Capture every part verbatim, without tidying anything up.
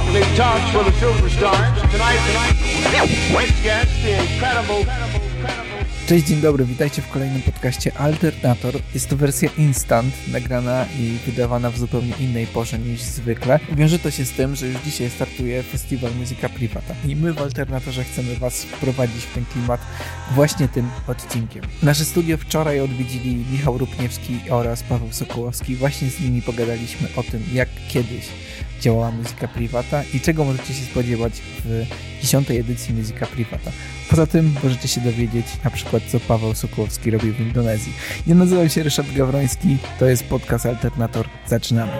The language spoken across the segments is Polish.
big tops for the superstars. Tonight, tonight, guest, the incredible... Cześć, dzień dobry, witajcie w kolejnym podcaście Alternator. Jest to wersja instant, nagrana i wydawana w zupełnie innej porze niż zwykle. Wiąże to się z tym, że już dzisiaj startuje festiwal Musica Privata i my w Alternatorze chcemy Was wprowadzić w ten klimat właśnie tym odcinkiem. Nasze studio wczoraj odwiedzili Michał Rupniewski oraz Paweł Sokołowski. Właśnie z nimi pogadaliśmy o tym, jak kiedyś działała Musica Privata i czego możecie się spodziewać w dziesiątej edycji Musica Privata. Poza tym możecie się dowiedzieć na przykład, co Paweł Sokołowski robił w Indonezji. Ja nazywam się Ryszard Gawroński, to jest podcast Alternator. Zaczynamy.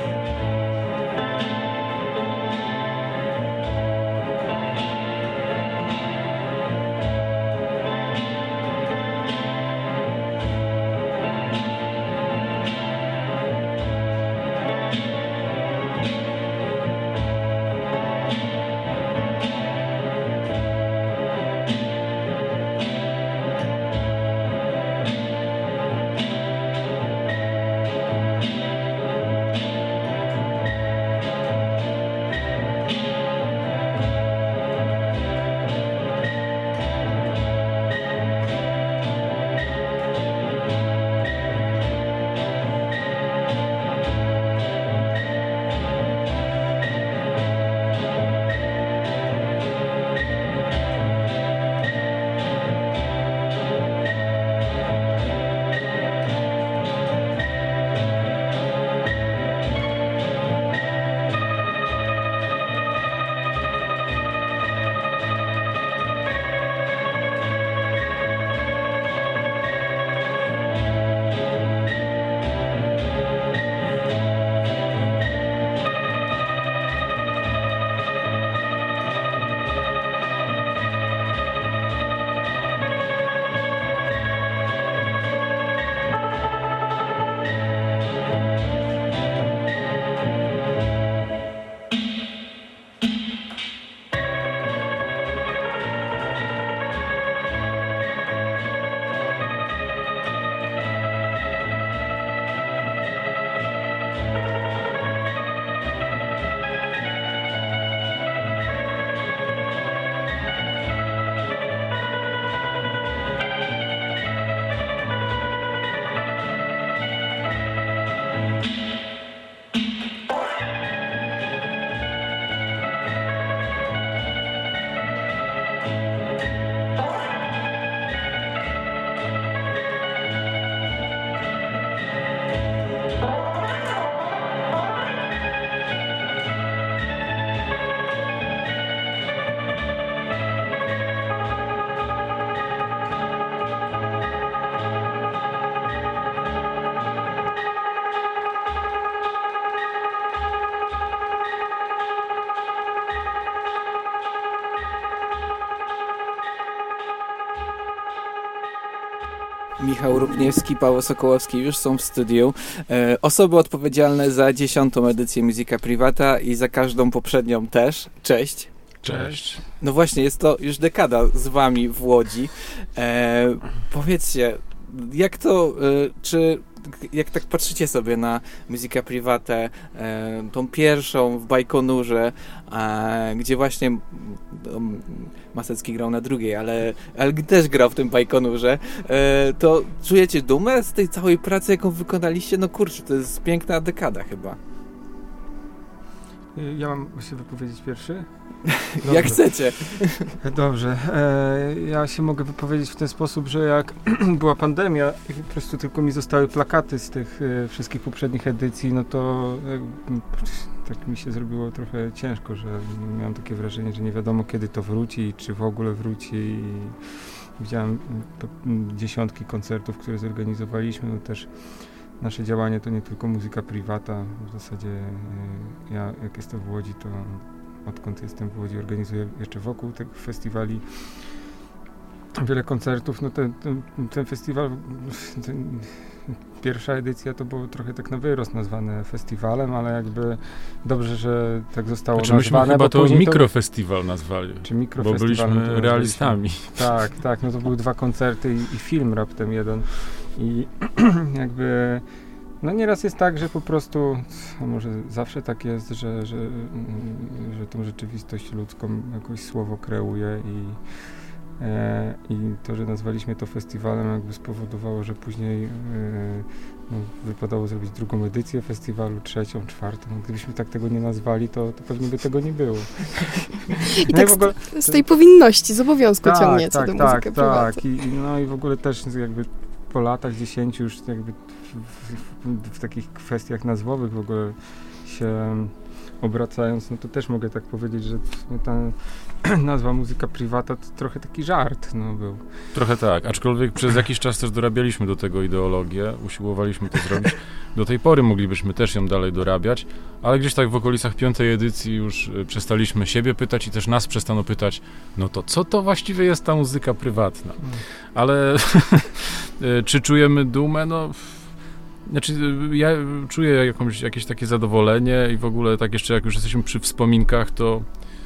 Michał Rupniewski, Paweł Sokołowski już są w studiu. E, osoby odpowiedzialne za dziesiątą edycję Musica Privata i za każdą poprzednią też. Cześć. Cześć. No właśnie, jest to już dekada z wami w Łodzi. E, powiedzcie, jak to, e, czy jak tak patrzycie sobie na Musica Privatę, e, tą pierwszą w Bajkonurze, e, gdzie właśnie m, Masecki grał na drugiej, ale, ale też grał w tym Bajkonurze, e, to czujecie dumę z tej całej pracy, jaką wykonaliście? No kurczę, to jest piękna dekada chyba. Ja mam się wypowiedzieć pierwszy? Jak chcecie. Dobrze. E, ja się mogę wypowiedzieć w ten sposób, że jak była pandemia i po prostu tylko mi zostały plakaty z tych e, wszystkich poprzednich edycji, no to e, tak mi się zrobiło trochę ciężko, że miałem takie wrażenie, że nie wiadomo kiedy to wróci i czy w ogóle wróci. I widziałem dziesiątki koncertów, które zorganizowaliśmy, no też nasze działanie to nie tylko Musica Privata. W zasadzie e, ja jak jestem w Łodzi, to odkąd jestem w Łodzi, organizuję jeszcze wokół tych festiwali wiele koncertów. No ten, ten, ten festiwal, ten, pierwsza edycja to było trochę tak na wyrost nazwane festiwalem, ale jakby dobrze, że tak zostało znaczy, nazwane. Myśmy chyba to to mikrofestiwal nazwali, czy mikrofestiwal, bo byliśmy no realistami. Byliśmy, tak, tak, no to były dwa koncerty i, i film raptem jeden i jakby No nieraz jest tak, że po prostu, a może zawsze tak jest, że, że, że tą rzeczywistość ludzką jakoś słowo kreuje i, e, i to, że nazwaliśmy to festiwalem, jakby spowodowało, że później e, no, wypadało zrobić drugą edycję festiwalu, trzecią, czwartą. Gdybyśmy tak tego nie nazwali, to, to pewnie by tego nie było. I no tak i w ogóle, z, z tej powinności, z obowiązku tak, ciągniecie tak, do tak, muzyki prywatnej. tak. I, no i w ogóle też jakby po latach dziesięciu już jakby w, w, w takich kwestiach nazwowych w ogóle się obracając, no to też mogę tak powiedzieć, że ta nazwa muzyka privata to trochę taki żart, no był. Trochę tak, aczkolwiek przez jakiś czas też dorabialiśmy do tego ideologię, usiłowaliśmy to zrobić. Do tej pory moglibyśmy też ją dalej dorabiać, ale gdzieś tak w okolicach piątej edycji już przestaliśmy siebie pytać i też nas przestano pytać, no to co to właściwie jest ta muzyka prywatna? Ale czy czujemy dumę? No... Znaczy, ja czuję jakąś, jakieś takie zadowolenie i w ogóle tak jeszcze jak już jesteśmy przy wspominkach, to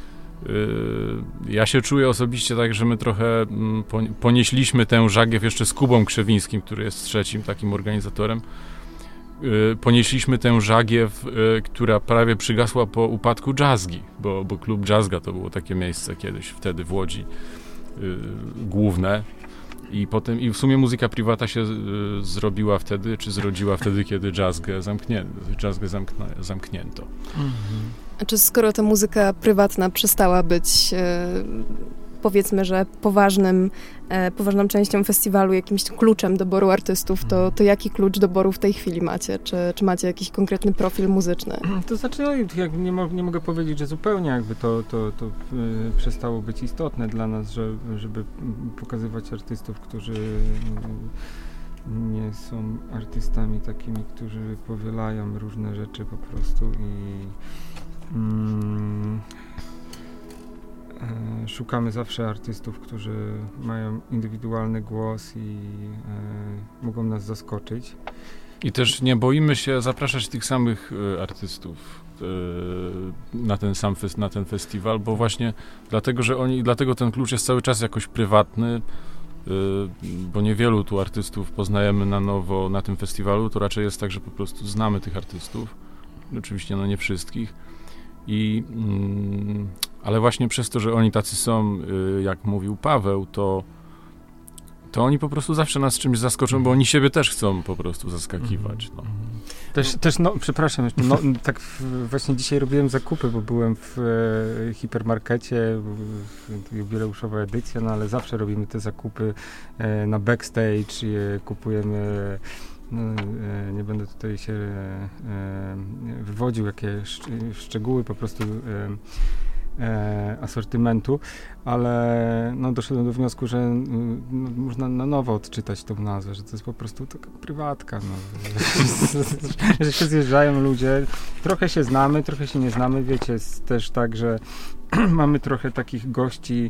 yy, ja się czuję osobiście tak, że my trochę mm, ponieśliśmy tę żagiew jeszcze z Kubą Krzewińskim, który jest trzecim takim organizatorem. Yy, ponieśliśmy tę żagiew, yy, która prawie przygasła po upadku Jazzgi, bo, bo klub Jazzga to było takie miejsce kiedyś wtedy w Łodzi yy, główne. I potem, i w sumie muzyka privata się y, zrobiła wtedy, czy zrodziła wtedy, kiedy jazzgę zamknięto. Jazzgę zamknę, zamknięto. Mhm. A czy skoro ta muzyka prywatna przestała być, e, powiedzmy, że poważnym, e, poważną częścią festiwalu, jakimś kluczem doboru artystów, to, to jaki klucz doboru w tej chwili macie? Czy, czy macie jakiś konkretny profil muzyczny? To znaczy, no, jak nie, mo- nie mogę powiedzieć, że zupełnie jakby to, to, to y, przestało być istotne dla nas, że, żeby pokazywać artystów, którzy y, nie są artystami takimi, którzy powielają różne rzeczy po prostu i mm, e, szukamy zawsze artystów, którzy mają indywidualny głos i e, mogą nas zaskoczyć. I też nie boimy się zapraszać tych samych y, artystów y, na ten sam fes- na ten festiwal, bo właśnie dlatego, że oni, dlatego ten klucz jest cały czas jakoś prywatny, y, bo niewielu tu artystów poznajemy na nowo na tym festiwalu, to raczej jest tak, że po prostu znamy tych artystów, oczywiście no nie wszystkich, i, mm, ale właśnie przez to, że oni tacy są, y, jak mówił Paweł, to to oni po prostu zawsze nas czymś zaskoczą, bo oni siebie też chcą po prostu zaskakiwać. No. Też, też no, przepraszam, jeszcze, no, tak w, właśnie dzisiaj robiłem zakupy, bo byłem w e, hipermarkecie, w, w, jubileuszowa edycja, no ale zawsze robimy te zakupy e, na backstage, e, kupujemy, no, e, nie będę tutaj się e, wywodził, jakie szcz- szczegóły po prostu e, E, asortymentu, ale no, doszedłem do wniosku, że no, można na nowo odczytać tą nazwę, że to jest po prostu taka prywatka, no, że, że się zjeżdżają ludzie, trochę się znamy, trochę się nie znamy, wiecie, jest też tak, że mamy trochę takich gości,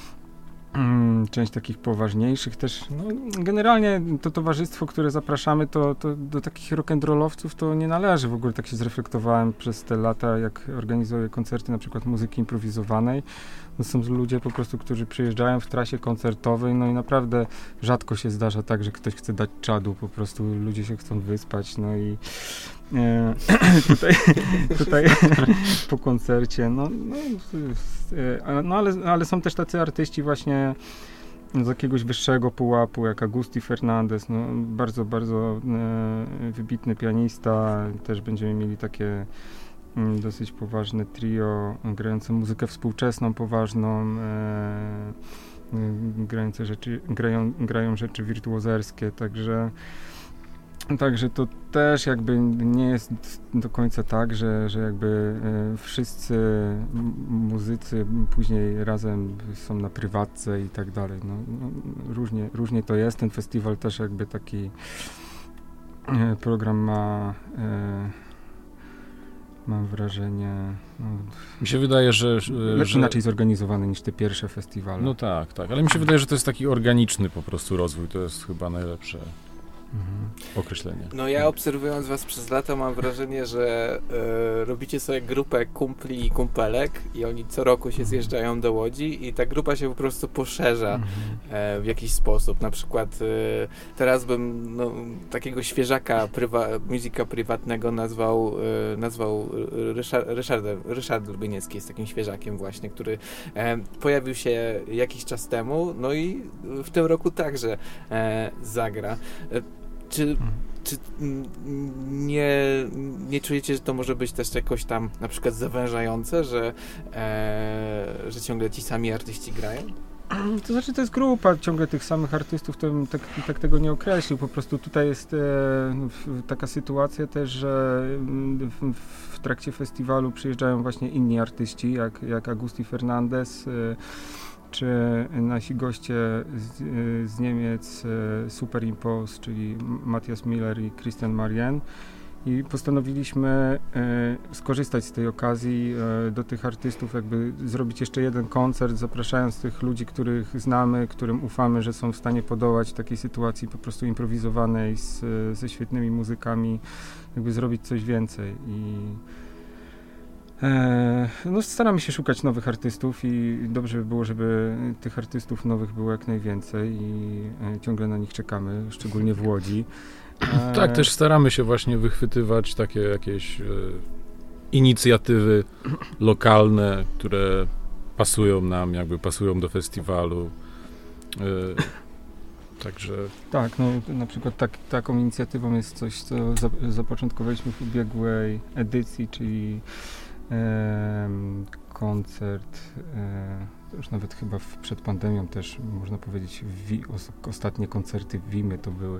część takich poważniejszych też, no, generalnie to towarzystwo, które zapraszamy, to, to do takich rock'n'rollowców to nie należy. W ogóle tak się zreflektowałem przez te lata, jak organizuję koncerty na przykład muzyki improwizowanej. To są ludzie po prostu, którzy przyjeżdżają w trasie koncertowej, no i naprawdę rzadko się zdarza tak, że ktoś chce dać czadu, po prostu ludzie się chcą wyspać, no i e, tutaj, tutaj po koncercie, no, no, e, no ale, ale są też tacy artyści właśnie z jakiegoś wyższego pułapu, jak Agusty Fernandez, no bardzo, bardzo e, wybitny pianista, też będziemy mieli takie dosyć poważne trio, grające muzykę współczesną, poważną, e, grające rzeczy, grają, grają rzeczy wirtuozerskie, także Także to też jakby nie jest do końca tak, że, że jakby e, wszyscy muzycy później razem są na prywatce i tak dalej. No, no, różnie, różnie to jest. Ten festiwal też jakby taki e, program ma, e, mam wrażenie, no, mi się wydaje, że, lecz że inaczej zorganizowany niż te pierwsze festiwale. No tak, tak, ale mi się wydaje, że to jest taki organiczny po prostu rozwój, to jest chyba najlepsze. mhm. określenie. No ja obserwując was przez lata mam wrażenie, że e, robicie sobie grupę kumpli i kumpelek i oni co roku się zjeżdżają do Łodzi i ta grupa się po prostu poszerza Mhm. e, w jakiś sposób. Na przykład e, teraz bym no, takiego świeżaka prywa- muzyka prywatnego nazwał, e, nazwał Ryszard, Ryszard, Ryszard Lubieniecki jest takim świeżakiem właśnie, który e, pojawił się jakiś czas temu, no i w tym roku także e, zagra. E, czy Czy mm, nie, nie czujecie, że to może być też jakoś tam na przykład zawężające, że, e, że ciągle ci sami artyści grają? To znaczy, to jest grupa ciągle tych samych artystów, to bym tak, tak tego nie określił. Po prostu tutaj jest e, w, taka sytuacja też, że w, w trakcie festiwalu przyjeżdżają właśnie inni artyści, jak, jak Agusti Fernandez, e, czy nasi goście z, z Niemiec, e, Superimpose, czyli Matthias Miller i Christian Marien. I postanowiliśmy e, skorzystać z tej okazji e, do tych artystów, jakby zrobić jeszcze jeden koncert, zapraszając tych ludzi, których znamy, którym ufamy, że są w stanie podołać takiej sytuacji po prostu improwizowanej z, ze świetnymi muzykami, jakby zrobić coś więcej. I e, no, staramy się szukać nowych artystów i dobrze by było, żeby tych artystów nowych było jak najwięcej i e, ciągle na nich czekamy, szczególnie w Łodzi. Tak, też staramy się właśnie wychwytywać takie jakieś e, inicjatywy lokalne, które pasują nam, jakby pasują do festiwalu. E, także... Tak, no na przykład tak, taką inicjatywą jest coś, co za, zapoczątkowaliśmy w ubiegłej edycji, czyli e, koncert, e, już nawet chyba w, przed pandemią też, można powiedzieć, wi, os, ostatnie koncerty w Wimy to były.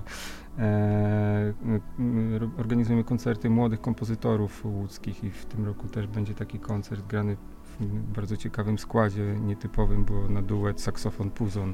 E, organizujemy koncerty młodych kompozytorów łódzkich i w tym roku też będzie taki koncert grany w bardzo ciekawym składzie, nietypowym, bo na duet saksofon puzon.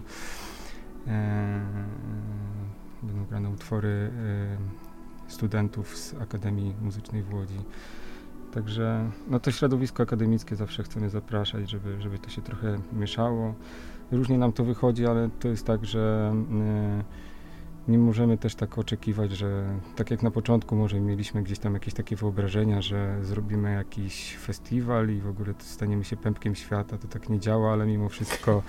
E, będą grane utwory e, studentów z Akademii Muzycznej w Łodzi. Także no to środowisko akademickie zawsze chcemy zapraszać, żeby, żeby to się trochę mieszało. Różnie nam to wychodzi, ale to jest tak, że y, nie możemy też tak oczekiwać, że tak jak na początku może mieliśmy gdzieś tam jakieś takie wyobrażenia, że zrobimy jakiś festiwal i w ogóle staniemy się pępkiem świata, to tak nie działa, ale mimo wszystko...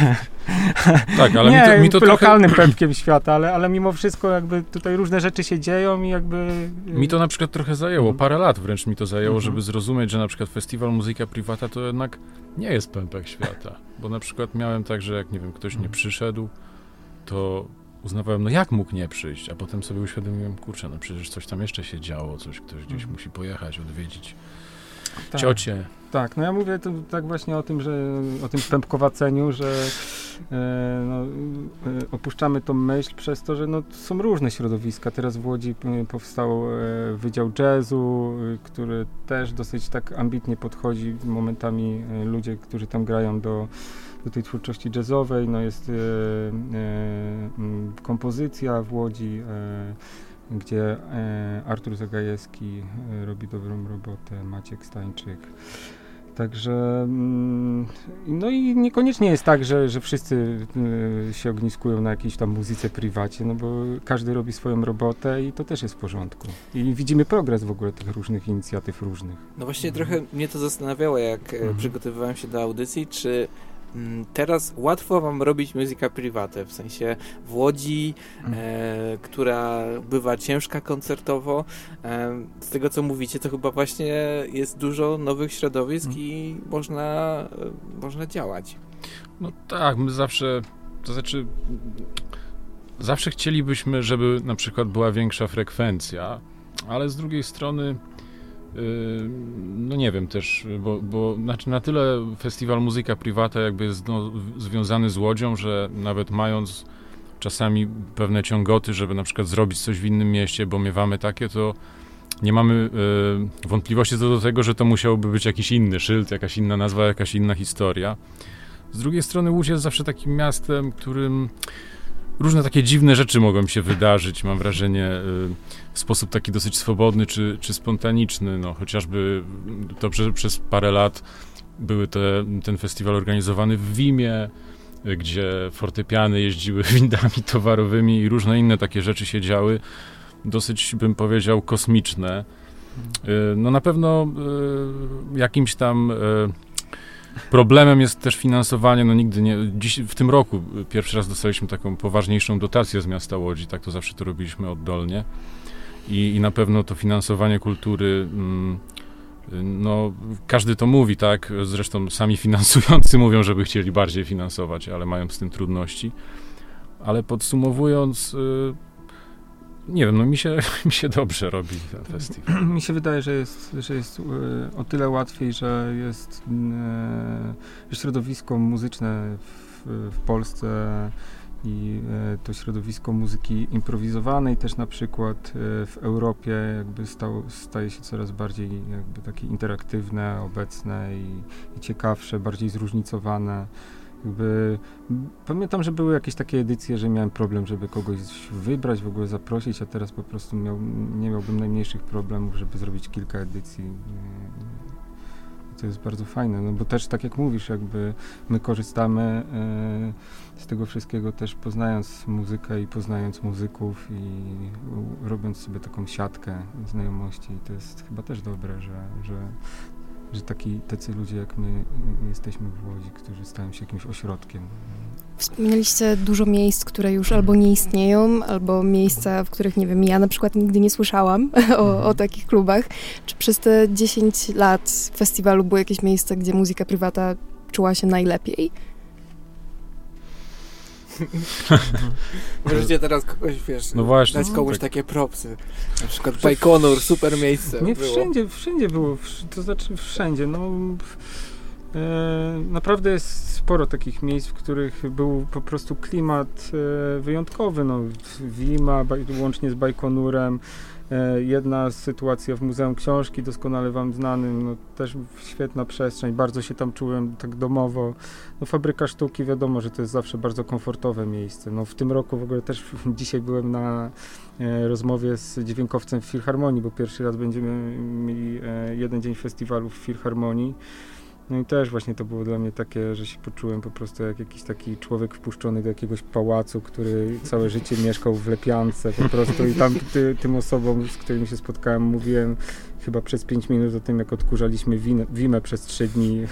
tak, ale nie, mi to, mi to lokalnym trochę... pępkiem świata, ale, ale mimo wszystko jakby tutaj różne rzeczy się dzieją i jakby... Mi to na przykład trochę zajęło, parę lat wręcz mi to zajęło, Mhm. żeby zrozumieć, że na przykład festiwal Muzyka Privata to jednak nie jest pępek świata, bo na przykład miałem tak, że jak nie wiem, ktoś nie przyszedł, to uznawałem, no jak mógł nie przyjść, a potem sobie uświadomiłem, kurczę, no przecież coś tam jeszcze się działo, coś ktoś gdzieś musi pojechać, odwiedzić tak. ciocię. Tak, no ja mówię to, tak właśnie o tym, że o tym pępkowaceniu, że e, no, e, opuszczamy tą myśl przez to, że no, są różne środowiska. Teraz w Łodzi e, powstał e, Wydział Jazzu, e, który też dosyć tak ambitnie podchodzi momentami e, ludzie, którzy tam grają do, do tej twórczości jazzowej. No jest e, e, m, kompozycja w Łodzi, e, gdzie e, Artur Zagajewski e, robi dobrą robotę, Maciek Stańczyk. Także, no i niekoniecznie jest tak, że, że wszyscy y, się ogniskują na jakiejś tam muzyce prywacie, no bo każdy robi swoją robotę i to też jest w porządku. I widzimy progres w ogóle tych różnych inicjatyw różnych. No właśnie mhm. trochę mnie to zastanawiało, jak mhm. przygotowywałem się do audycji, czy m, teraz łatwo wam robić muzykę prywatę, w sensie w Łodzi, mhm. e, która bywa ciężka koncertowo. E, z tego, co mówicie, to chyba właśnie jest dużo nowych środowisk mhm. i można, e, można działać. No tak, my zawsze, to znaczy zawsze chcielibyśmy, żeby na przykład była większa frekwencja, ale z drugiej strony no nie wiem też, bo, bo znaczy na tyle festiwal Muzyka Privata jakby jest no, związany z Łodzią, że nawet mając czasami pewne ciągoty, żeby na przykład zrobić coś w innym mieście, bo miewamy takie, to nie mamy y, wątpliwości co do tego, że to musiałby być jakiś inny szyld, jakaś inna nazwa, jakaś inna historia. Z drugiej strony Łódź jest zawsze takim miastem, którym różne takie dziwne rzeczy mogą się wydarzyć, mam wrażenie, w sposób taki dosyć swobodny czy, czy spontaniczny, no chociażby to, że przez parę lat były te, ten festiwal organizowany w Wimie, gdzie fortepiany jeździły windami towarowymi i różne inne takie rzeczy się działy, dosyć bym powiedział kosmiczne. No na pewno jakimś tam problemem jest też finansowanie, no nigdy nie, dziś, w tym roku pierwszy raz dostaliśmy taką poważniejszą dotację z miasta Łodzi, tak to zawsze to robiliśmy oddolnie i, i na pewno to finansowanie kultury, no każdy to mówi, tak, zresztą sami finansujący mówią, żeby chcieli bardziej finansować, ale mają z tym trudności, ale podsumowując, nie wiem, no mi się, mi się dobrze robi ten festiwal. Mi się wydaje, że jest, że jest o tyle łatwiej, że jest e, środowisko muzyczne w, w Polsce i e, to środowisko muzyki improwizowanej też na przykład e, w Europie jakby stało, staje się coraz bardziej jakby takie interaktywne, obecne i, i ciekawsze, bardziej zróżnicowane. Jakby, pamiętam, że były jakieś takie edycje, że miałem problem, żeby kogoś wybrać, w ogóle zaprosić, a teraz po prostu miał, nie miałbym najmniejszych problemów, żeby zrobić kilka edycji. I to jest bardzo fajne, no bo też tak jak mówisz, jakby my korzystamy y, z tego wszystkiego też poznając muzykę i poznając muzyków i u, robiąc sobie taką siatkę znajomości. I to jest chyba też dobre, że, że że taki, tacy ludzie jak my jesteśmy w Łodzi, którzy stają się jakimś ośrodkiem. Wspomnieliście dużo miejsc, które już albo nie istnieją, albo miejsca, w których, nie wiem, ja na przykład nigdy nie słyszałam o, o takich klubach. Czy przez te dziesięć lat festiwalu było jakieś miejsce, gdzie muzyka prywata czuła się najlepiej? Możecie teraz kogoś, wiesz, no właśnie, dać komuś tak. takie propsy. Na przykład Bajkonur, super miejsce Nie, było. wszędzie, wszędzie było, to znaczy wszędzie, no e, naprawdę jest sporo takich miejsc, w których był po prostu klimat e, wyjątkowy, no Wima, baj, łącznie z Bajkonurem, e, jedna sytuacja w Muzeum Książki, doskonale wam znanym, no też świetna przestrzeń, bardzo się tam czułem tak domowo. No Fabryka Sztuki, wiadomo, że to jest zawsze bardzo komfortowe miejsce. No w tym roku w ogóle też dzisiaj byłem na e, rozmowie z dźwiękowcem w Filharmonii, bo pierwszy raz będziemy mieli e, jeden dzień festiwalu w Filharmonii. No i też właśnie to było dla mnie takie, że się poczułem po prostu jak jakiś taki człowiek wpuszczony do jakiegoś pałacu, który całe życie mieszkał w lepiance po prostu i tam ty, tym osobom, z którymi się spotkałem, mówiłem chyba przez pięć minut o tym, jak odkurzaliśmy winę, Wimę przez trzy dni.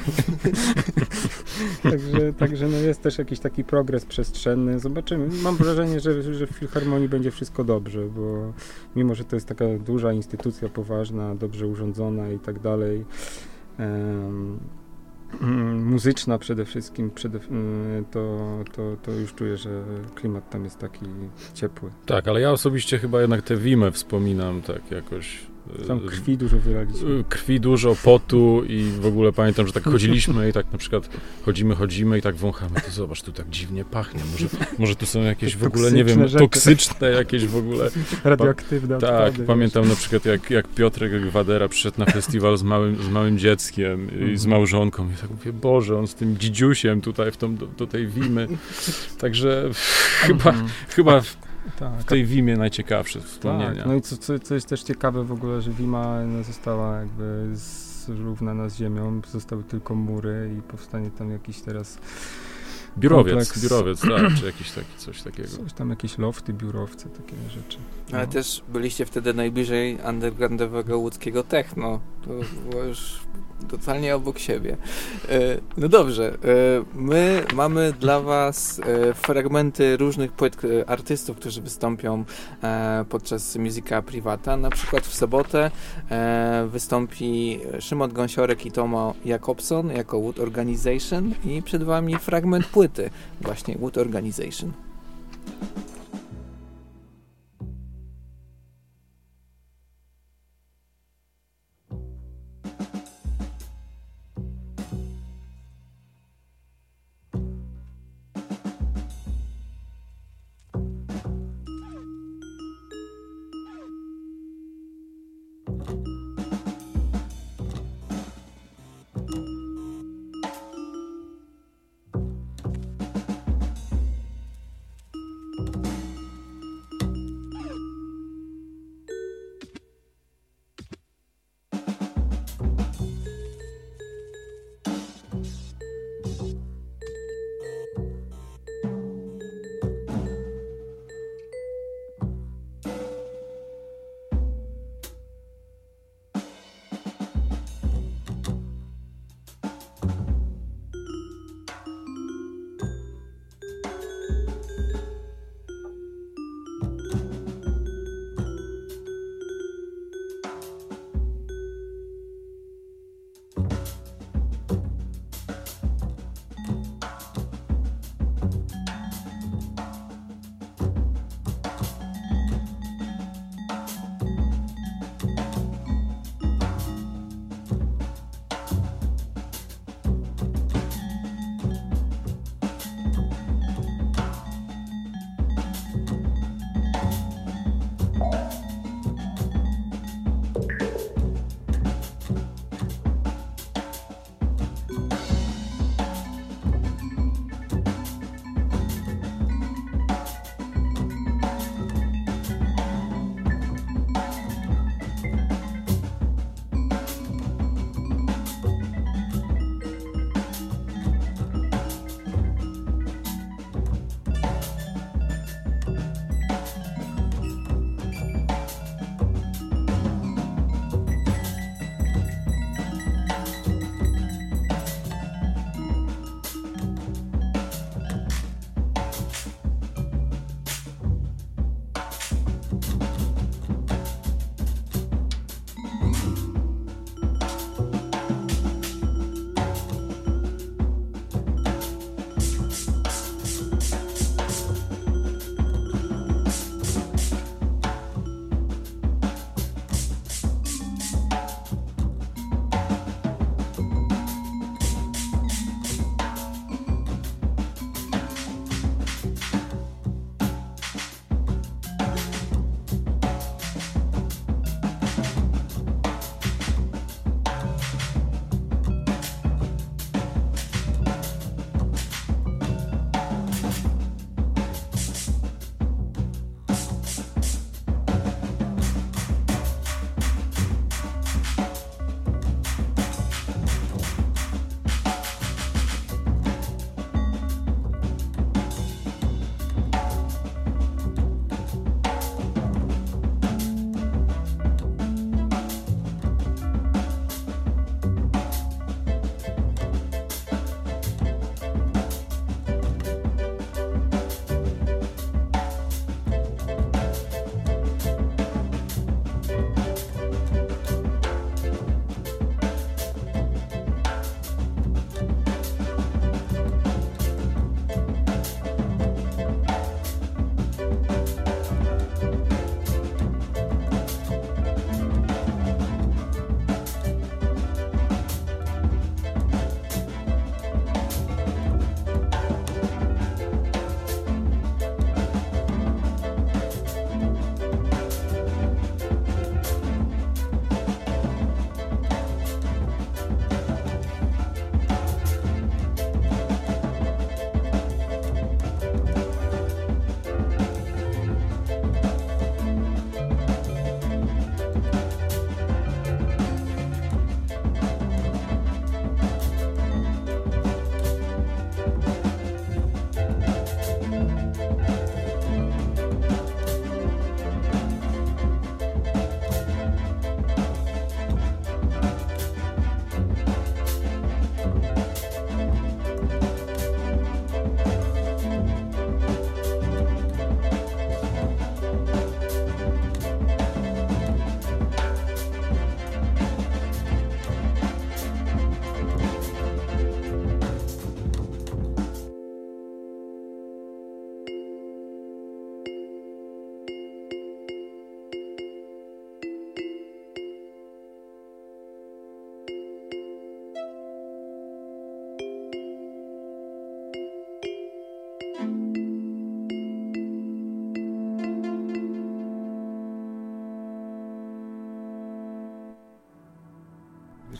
także także no jest też jakiś taki progres przestrzenny. Zobaczymy. Mam wrażenie, że, że w Filharmonii będzie wszystko dobrze, bo mimo, że to jest taka duża instytucja, poważna, dobrze urządzona i tak dalej, um, muzyczna przede wszystkim, przede, to, to, to już czuję, że klimat tam jest taki ciepły. Tak, ale ja osobiście chyba jednak tę Wimę wspominam tak jakoś. Tam krwi dużo wylaliśmy. Krwi dużo, potu i w ogóle pamiętam, że tak chodziliśmy i tak na przykład chodzimy, chodzimy i tak wąchamy, to zobacz, tu tak dziwnie pachnie, może, może tu są jakieś w ogóle, nie wiem, rzeczy. toksyczne jakieś w ogóle. Radioaktywne Pa- Tak, odpady, pamiętam na przykład jak, jak Piotrek Gwadera przyszedł na festiwal z małym, z małym dzieckiem i z małżonką i tak mówię, Boże, on z tym dzidziusiem tutaj w tą, do, do tej Wimy. Także chyba, chyba w, tak. w tej Wimie najciekawsze wspomnienia. Tak, no i co, co, co jest też ciekawe w ogóle, że Wima no, została jakby zrównana z ziemią, zostały tylko mury i powstanie tam jakiś teraz Biurowiec, kompleks. biurowiec, tak, czy jakiś taki, coś takiego. Coś tam, jakieś lofty, biurowce, takie rzeczy. No. Ale też byliście wtedy najbliżej undergroundowego łódzkiego techno. To było już totalnie obok siebie. No dobrze, my mamy dla was fragmenty różnych płyt artystów, którzy wystąpią podczas Musica Privata. Na przykład w sobotę wystąpi Szymon Gąsiorek i Tomo Jakobson jako Wood Organization i przed wami fragment płyty właśnie Wood Organization.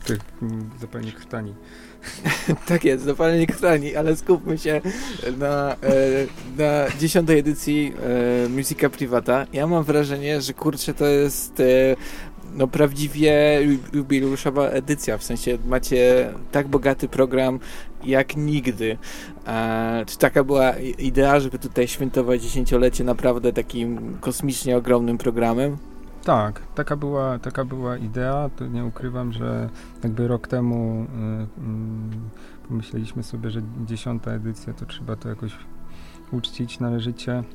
tych mm, zapalenie krtani. Tak jest, zapalenie krtani, ale skupmy się na, e, na dziesiątej edycji e, Musica Privata. Ja mam wrażenie, że kurczę, to jest e, no prawdziwie jubileuszowa edycja, w sensie macie tak bogaty program jak nigdy. E, czy taka była idea, żeby tutaj świętować dziesięciolecie naprawdę takim kosmicznie ogromnym programem? Tak, taka była, taka była idea, to nie ukrywam, że jakby rok temu y, y, pomyśleliśmy sobie, że dziesiąta edycja to trzeba to jakoś uczcić należycie. Y,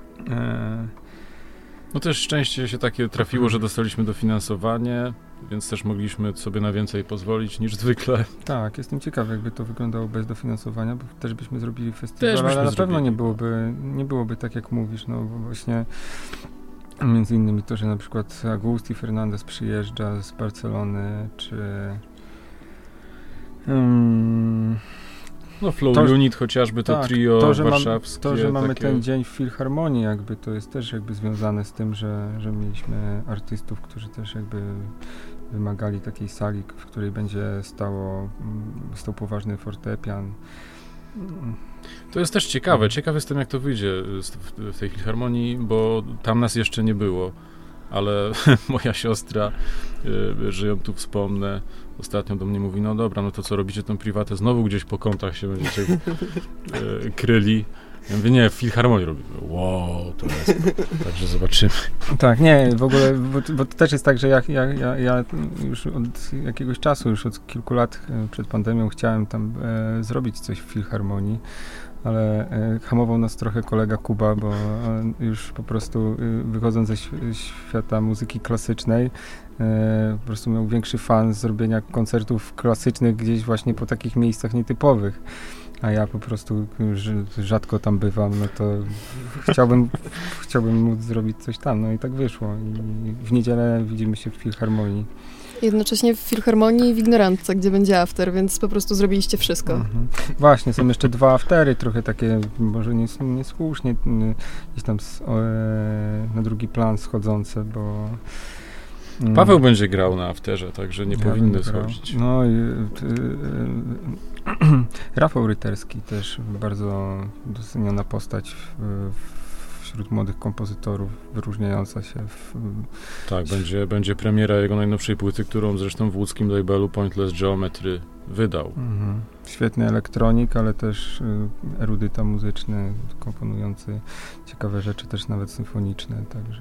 No też szczęście się takie trafiło, że dostaliśmy dofinansowanie, więc też mogliśmy sobie na więcej pozwolić niż zwykle. Tak, jestem ciekawy, jakby to wyglądało bez dofinansowania, bo też byśmy zrobili festiwal, Też byśmy ale na zrobili. pewno nie byłoby, nie byłoby tak, jak mówisz, no bo właśnie między innymi to, że na przykład Agustí Fernández przyjeżdża z Barcelony, czy um, No Flow To- Unit chociażby, to tak, trio to, że mam- warszawskie. to, że mamy takie... ten dzień w Filharmonii, jakby to jest też jakby związane z tym, że, że mieliśmy artystów, którzy też jakby wymagali takiej sali, w której będzie stało, mm, stał poważny fortepian. Mm, To jest też ciekawe. Ciekawy jestem, jak to wyjdzie z- w, w tej Filharmonii, bo tam nas jeszcze nie było. Ale moja siostra, y, że ją tu wspomnę, ostatnio do mnie mówi, no dobra, no to co, robicie tą prywatę? Znowu gdzieś po kątach się będziecie y, kryli. Ja mówię, nie, w Filharmonii robimy. Wow, to jest. Także zobaczymy. Tak, nie, w ogóle, bo, bo to też jest tak, że ja, ja, ja, ja już od jakiegoś czasu, już od kilku lat e, przed pandemią chciałem tam e, zrobić coś w Filharmonii, ale e, hamował nas trochę kolega Kuba, bo on już po prostu e, wychodząc ze ś- świata muzyki klasycznej, e, po prostu miał większy fan zrobienia koncertów klasycznych gdzieś właśnie po takich miejscach nietypowych. A ja po prostu ż- rzadko tam bywam, no to chciałbym, chciałbym móc zrobić coś tam, no i tak wyszło. I w niedzielę widzimy się w Filharmonii. Jednocześnie w Filharmonii i w Ignorantce, gdzie będzie after, więc po prostu zrobiliście wszystko. Mhm. Właśnie, są jeszcze dwa aftery, trochę takie, może nies- niesłusznie, n- gdzieś tam s- o, e, na drugi plan schodzące, bo... mm, Paweł będzie grał na afterze, także nie ja powinny bym grał. schodzić. No i y, y, Rafał Ryterski też bardzo doceniona postać w, w, wśród młodych kompozytorów, wyróżniająca się w... Tak, będzie, będzie premiera jego najnowszej płyty, którą zresztą w łódzkim labelu Pointless Geometry wydał. Mhm. Świetny elektronik, ale też y, erudyta muzyczny, komponujący ciekawe rzeczy, też nawet symfoniczne, także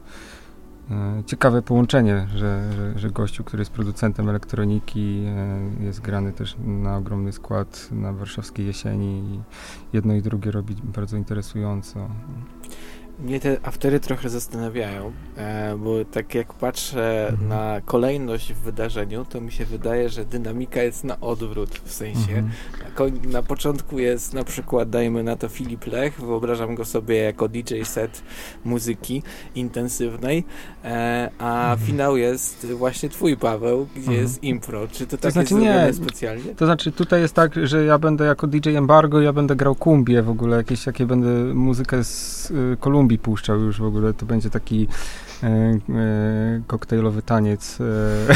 y, ciekawe połączenie, że, że, że gościu, który jest producentem elektroniki, y, jest grany też na ogromny skład na warszawskiej jesieni i jedno i drugie robi bardzo interesująco. Mnie te aftery trochę zastanawiają, e, bo tak jak patrzę Mhm. na kolejność w wydarzeniu, to mi się wydaje, że dynamika jest na odwrót, w sensie Mhm. na, ko- na początku jest na przykład, dajmy na to Filip Lech, wyobrażam go sobie jako D J set muzyki intensywnej, e, a Mhm. finał jest właśnie twój, Paweł, gdzie Mhm. jest impro. Czy to tak znaczy jest zrobione nie. specjalnie? To znaczy tutaj jest tak, że ja będę jako D J Embargo, ja będę grał kumbię w ogóle, jakieś jakie będę muzykę z y, Kolumbii puszczał już w ogóle, to będzie taki e, e, koktajlowy taniec. E,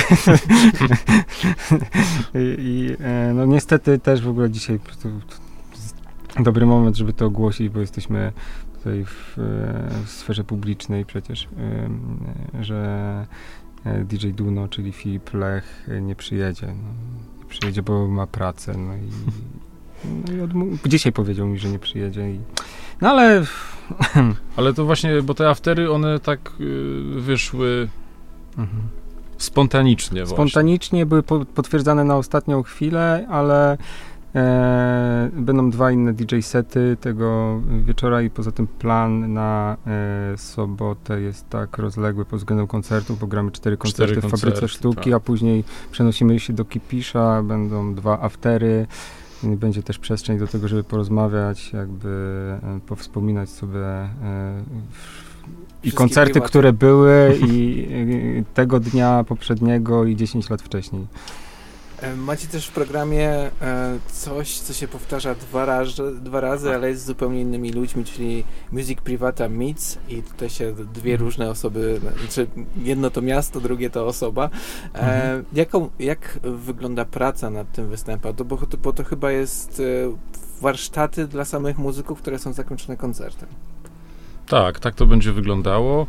I, i e, no niestety też w ogóle dzisiaj to, to jest dobry moment, żeby to ogłosić, bo jesteśmy tutaj w, e, w sferze publicznej przecież, e, że D J Duno, czyli Filip Lech nie przyjedzie. No, nie przyjedzie, bo ma pracę. No i, no i odmów- dzisiaj powiedział mi, że nie przyjedzie. I, no ale... Ale to właśnie, bo te aftery, one tak y, wyszły Mhm. spontanicznie właśnie. Spontanicznie były po, potwierdzane na ostatnią chwilę, ale e, będą dwa inne D J sety tego wieczora i poza tym plan na e, sobotę jest tak rozległy pod względem koncertów, bo gramy cztery koncerty Cztery w Fabryce koncerty, Sztuki, tak. a później przenosimy się do Kipisza, będą dwa aftery. Będzie też przestrzeń do tego, żeby porozmawiać, jakby e, powspominać sobie e, w, i Wszystkie koncerty, prywatne. które były i, i tego dnia poprzedniego i dziesięć lat wcześniej. Macie też w programie coś, co się powtarza dwa razy, dwa razy, ale jest z zupełnie innymi ludźmi, czyli Music Privata Meets i tutaj się dwie różne osoby, znaczy jedno to miasto, drugie to osoba. Mhm. Jaką, jak wygląda praca nad tym występem? To, bo, to, bo to chyba jest warsztaty dla samych muzyków, które są zakończone koncertem. Tak, tak to będzie wyglądało.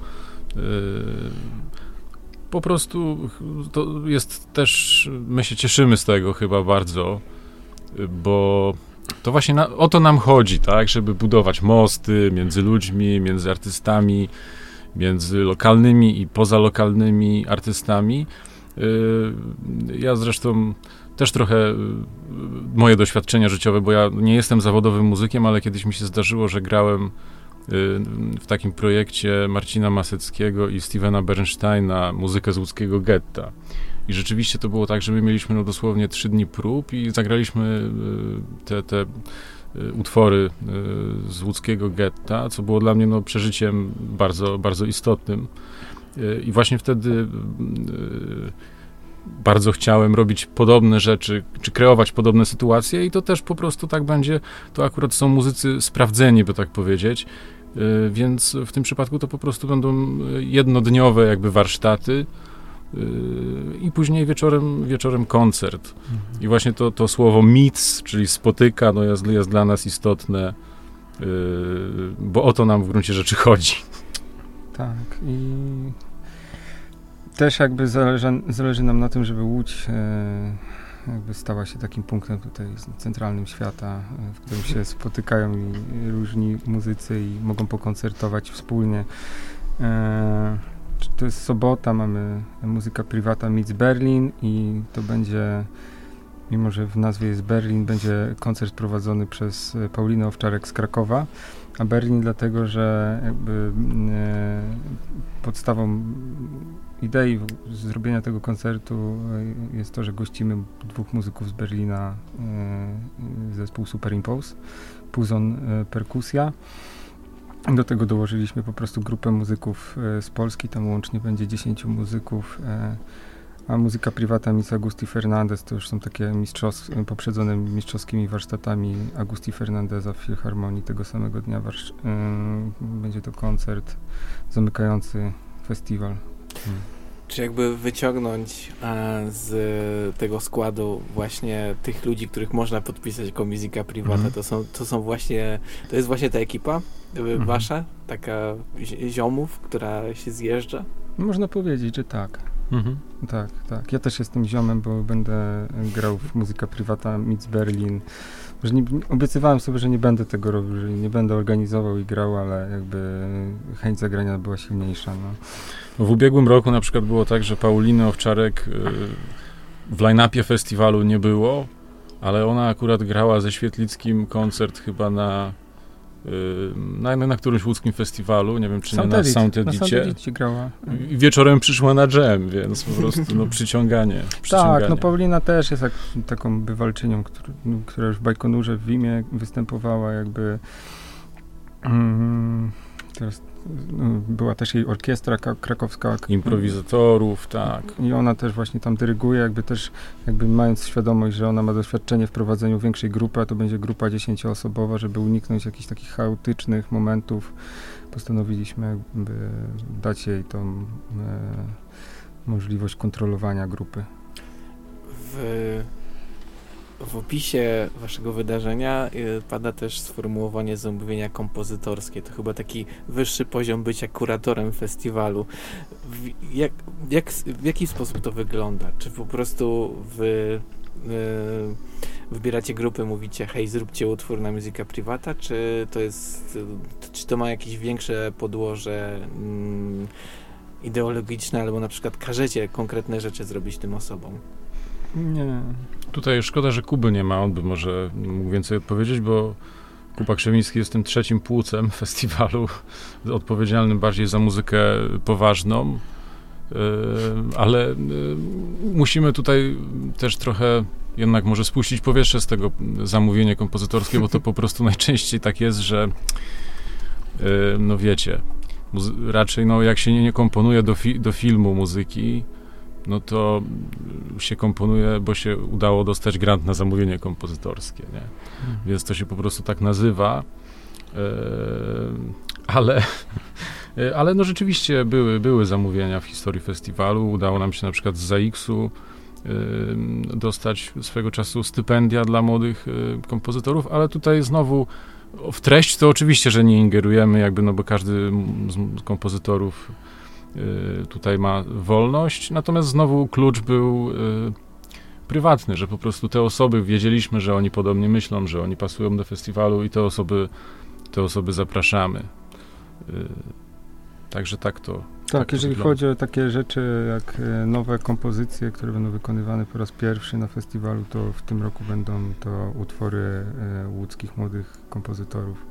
Po prostu to jest też, my się cieszymy z tego chyba bardzo, bo to właśnie na, o to nam chodzi, tak, żeby budować mosty między ludźmi, między artystami, między lokalnymi i pozalokalnymi artystami. Ja zresztą też trochę moje doświadczenia życiowe, bo ja nie jestem zawodowym muzykiem, ale kiedyś mi się zdarzyło, że grałem w takim projekcie Marcina Maseckiego i Stevena Bernsteina muzykę z łódzkiego getta. I rzeczywiście to było tak, że my mieliśmy no dosłownie trzy dni prób i zagraliśmy te, te utwory z łódzkiego getta, co było dla mnie no przeżyciem bardzo, bardzo istotnym. I właśnie wtedy bardzo chciałem robić podobne rzeczy, czy kreować podobne sytuacje i to też po prostu tak będzie, to akurat są muzycy sprawdzeni, by tak powiedzieć, yy, więc w tym przypadku to po prostu będą jednodniowe jakby warsztaty yy, i później wieczorem, wieczorem koncert. Mhm. I właśnie to, to słowo meets, czyli spotyka, no jest, jest dla nas istotne, yy, bo o to nam w gruncie rzeczy chodzi. Tak i też jakby zależy, zależy nam na tym, żeby Łódź e, jakby stała się takim punktem tutaj centralnym świata, w którym się spotykają i różni muzycy i mogą pokoncertować wspólnie. E, to jest sobota, mamy Muzyka Privata Meets Berlin i to będzie, mimo że w nazwie jest Berlin, będzie koncert prowadzony przez Paulinę Owczarek z Krakowa, a Berlin dlatego, że jakby e, podstawą idei zrobienia tego koncertu jest to, że gościmy dwóch muzyków z Berlina, e, zespół Superimpose, Puzon e, perkusja. Do tego dołożyliśmy po prostu grupę muzyków e, z Polski, tam łącznie będzie dziesięciu muzyków, e, a Muzyka Privata Miss Agusti Fernandez to już są takie mistrzows- poprzedzone mistrzowskimi warsztatami Agusti Fernandeza w Filharmonii tego samego dnia. Warsz- e, będzie to koncert zamykający festiwal. Hmm. Czy jakby wyciągnąć a, z tego składu właśnie tych ludzi, których można podpisać jako Muzyka Privata, mm. to są, to są właśnie, to jest właśnie ta ekipa mm. wasza, taka ziomów, która się zjeżdża? Można powiedzieć, że tak. Mm-hmm. Tak, tak. Ja też jestem ziomem, bo będę grał w Muzyka Privata Meets Berlin. Że nie, obiecywałem sobie, że nie będę tego robił, że nie będę organizował i grał, ale jakby chęć zagrania była silniejsza. No. W ubiegłym roku na przykład było tak, że Pauliny Owczarek w line-upie festiwalu nie było, ale ona akurat grała ze Świetlickim koncert chyba na na, na którymś łódzkim festiwalu, nie wiem czy nie na Sound Edicie. grała. I wieczorem przyszła na dżem, więc po prostu no, przyciąganie, przyciąganie. Tak, no Paulina też jest jak, taką bywalczynią, który, która już w Bajkonurze w Wimie występowała jakby mm, teraz no, była też jej orkiestra krakowska. Improwizatorów, tak. I ona też właśnie tam dyryguje, jakby też jakby mając świadomość, że ona ma doświadczenie w prowadzeniu większej grupy, a to będzie grupa dziesięcioosobowa, żeby uniknąć jakichś takich chaotycznych momentów, postanowiliśmy jakby dać jej tą e, możliwość kontrolowania grupy. W, w opisie waszego wydarzenia y, pada też sformułowanie zamówienia kompozytorskie. To chyba taki wyższy poziom bycia kuratorem festiwalu. W, jak, jak, w jaki sposób to wygląda? Czy po prostu wy y, wybieracie grupy, mówicie hej, zróbcie utwór na Muzyka Privata, czy to jest, czy to ma jakieś większe podłoże mm, ideologiczne, albo na przykład każecie konkretne rzeczy zrobić tym osobom? Nie. Tutaj szkoda, że Kuby nie ma, on by może mógł więcej odpowiedzieć, bo Kuba Krzemiński jest tym trzecim płucem festiwalu, odpowiedzialnym bardziej za muzykę poważną, yy, ale yy, musimy tutaj też trochę jednak może spuścić powietrze z tego zamówienia kompozytorskie, bo to po prostu najczęściej tak jest, że yy, no wiecie, muzy- raczej no jak się nie, nie komponuje do, fi- do filmu muzyki, no to się komponuje, bo się udało dostać grant na zamówienie kompozytorskie, nie? Hmm. Więc to się po prostu tak nazywa, yy, ale, yy, ale no rzeczywiście były, były zamówienia w historii festiwalu. Udało nam się na przykład z Zaiksu yy, dostać swego czasu stypendia dla młodych yy, kompozytorów, ale tutaj znowu w treść to oczywiście, że nie ingerujemy, jakby, no bo każdy z kompozytorów y, tutaj ma wolność, natomiast znowu klucz był y, prywatny, że po prostu te osoby, wiedzieliśmy, że oni podobnie myślą, że oni pasują do festiwalu i te osoby, te osoby zapraszamy. Y, także tak to Tak, tak to jeżeli wygląda. chodzi o takie rzeczy jak e, nowe kompozycje, które będą wykonywane po raz pierwszy na festiwalu, to w tym roku będą to utwory e, łódzkich młodych kompozytorów.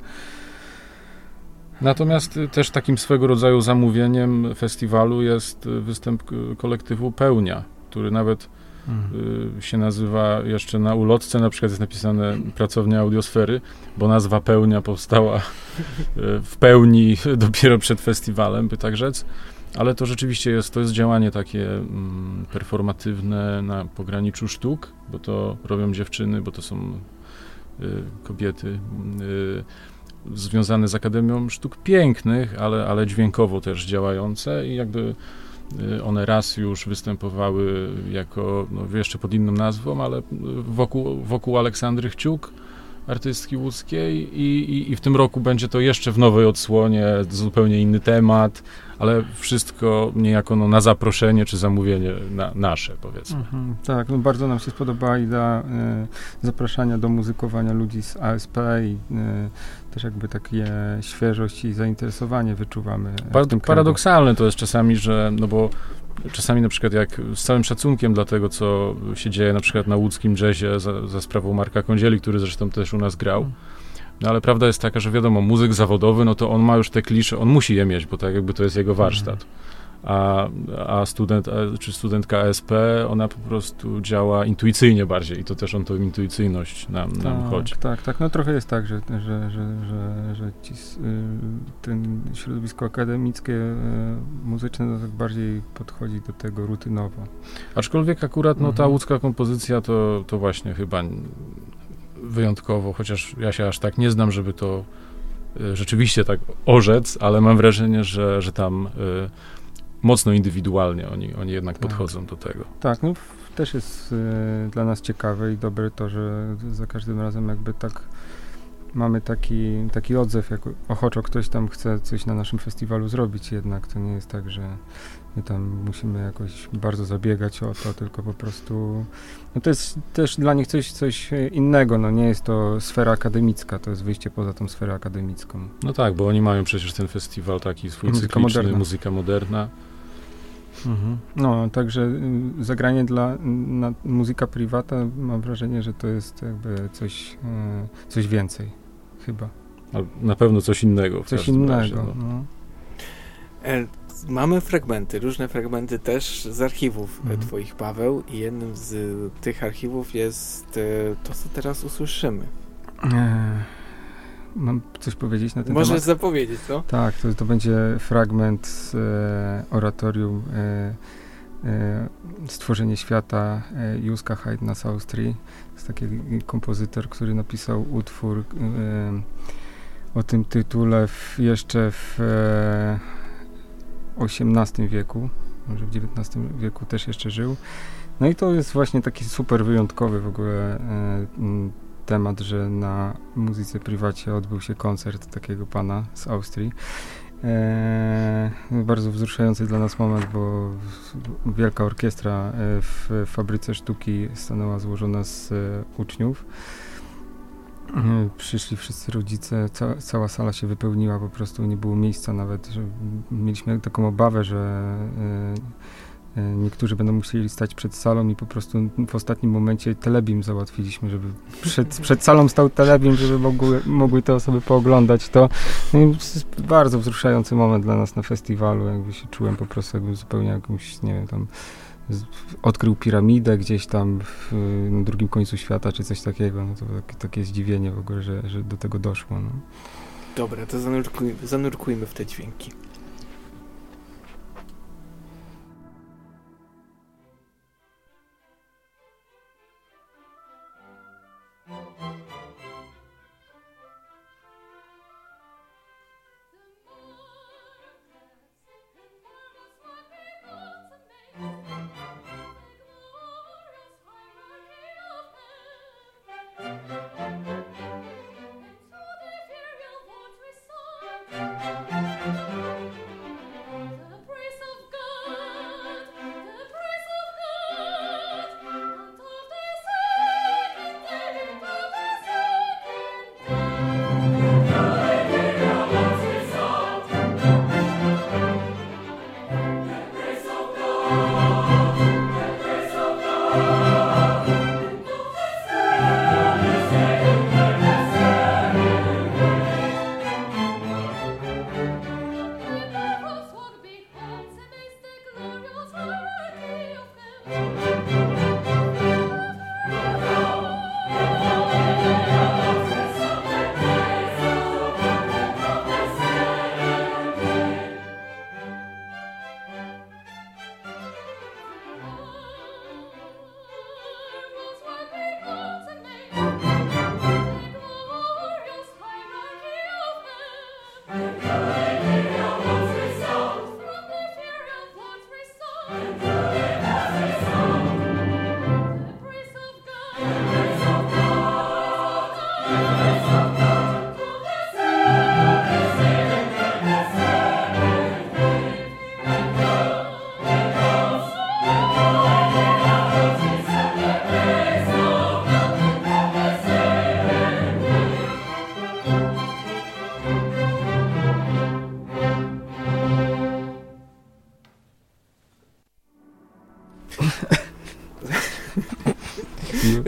Natomiast y, też takim swego rodzaju zamówieniem festiwalu jest y, występ k- kolektywu Pełnia, który nawet Mhm. y, się nazywa jeszcze na ulotce, na przykład jest napisane Pracownia Audiosfery, bo nazwa Pełnia powstała y, w pełni dopiero przed festiwalem, by tak rzec. Ale to rzeczywiście jest, to jest działanie takie mm, performatywne na pograniczu sztuk, bo to robią dziewczyny, bo to są y, kobiety y, związane z Akademią Sztuk Pięknych, ale, ale dźwiękowo też działające i jakby y, one raz już występowały jako, no jeszcze pod inną nazwą, ale wokół, wokół Aleksandry Chciuk, artystki łódzkiej i, i, i w tym roku będzie to jeszcze w nowej odsłonie, zupełnie inny temat, ale wszystko niejako no, na zaproszenie czy zamówienie na, nasze, powiedzmy. Mhm, tak, no bardzo nam się spodobała idea e, zapraszania do muzykowania ludzi z A S P i e, też jakby takie świeżość i zainteresowanie wyczuwamy. Pa- w tym paradoksalne to jest czasami, że no bo czasami na przykład jak z całym szacunkiem dla tego, co się dzieje na przykład na łódzkim jazzie za, za sprawą Marka Kądzieli, który zresztą też u nas grał, no ale prawda jest taka, że wiadomo, muzyk zawodowy, no to on ma już te klisze, on musi je mieć, bo tak jakby to jest jego warsztat. A, a student, a, czy studentka A S P, ona po prostu działa intuicyjnie bardziej i to też on tą intuicyjność nam, nam tak, chodzi. Tak, tak, no trochę jest tak, że, że, że, że, że ci, s- y, ten środowisko akademickie, y, muzyczne no tak bardziej podchodzi do tego rutynowo. Aczkolwiek akurat no, ta Mhm. łódzka kompozycja to, to właśnie chyba n- wyjątkowo, chociaż ja się aż tak nie znam, żeby to y, rzeczywiście tak orzec, ale mam wrażenie, że, że tam y, mocno indywidualnie oni, oni jednak Tak. podchodzą do tego. Tak, no f- też jest y, dla nas ciekawe i dobre to, że za każdym razem jakby tak mamy taki, taki odzew, jak ochoczo ktoś tam chce coś na naszym festiwalu zrobić jednak. To nie jest tak, że my tam musimy jakoś bardzo zabiegać o to, tylko po prostu no to jest też dla nich coś, coś innego, no nie jest to sfera akademicka, to jest wyjście poza tą sferę akademicką. No tak, bo oni mają przecież ten festiwal taki swój Muzyka cykliczny, moderna. muzyka moderna. No, także y, zagranie dla na muzyka privata, mam wrażenie, że to jest jakby coś, y, coś więcej, chyba. A na pewno coś innego. W Coś każdym innego. razie, no. No. E, Mamy fragmenty, różne fragmenty też z archiwów Mhm. e, twoich, Paweł, i jednym z e, tych archiwów jest e, to, co teraz usłyszymy. E, mam coś powiedzieć na ten Możesz temat? zapowiedzieć, co? Tak, to, to będzie fragment z e, oratorium e, e, Stworzenie świata e, Józka Haydna z Austrii. To jest taki kompozytor, który napisał utwór e, o tym tytule w, jeszcze w e, osiemnastym wieku, może w dziewiętnastym wieku też jeszcze żył. No i to jest właśnie taki super wyjątkowy w ogóle e, m, temat, że na muzyce prywacie odbył się koncert takiego pana z Austrii. E, bardzo wzruszający dla nas moment, bo w- wielka orkiestra e, w fabryce sztuki stanęła złożona z e, uczniów. E, Przyszli wszyscy rodzice, ca, cała sala się wypełniła, po prostu nie było miejsca nawet, że mieliśmy taką obawę, że e, e, niektórzy będą musieli stać przed salą i po prostu w ostatnim momencie telebim załatwiliśmy, żeby przed, przed salą stał telebim, żeby mogły, mogły te osoby pooglądać to. No i to jest bardzo wzruszający moment dla nas na festiwalu, jakby się czułem po prostu jakbym zupełnie jakąś, nie wiem, tam z, odkrył piramidę gdzieś tam w, na drugim końcu świata, czy coś takiego, no to takie, takie zdziwienie w ogóle, że, że do tego doszło, no. Dobra, to zanurkuj, zanurkujmy w te dźwięki.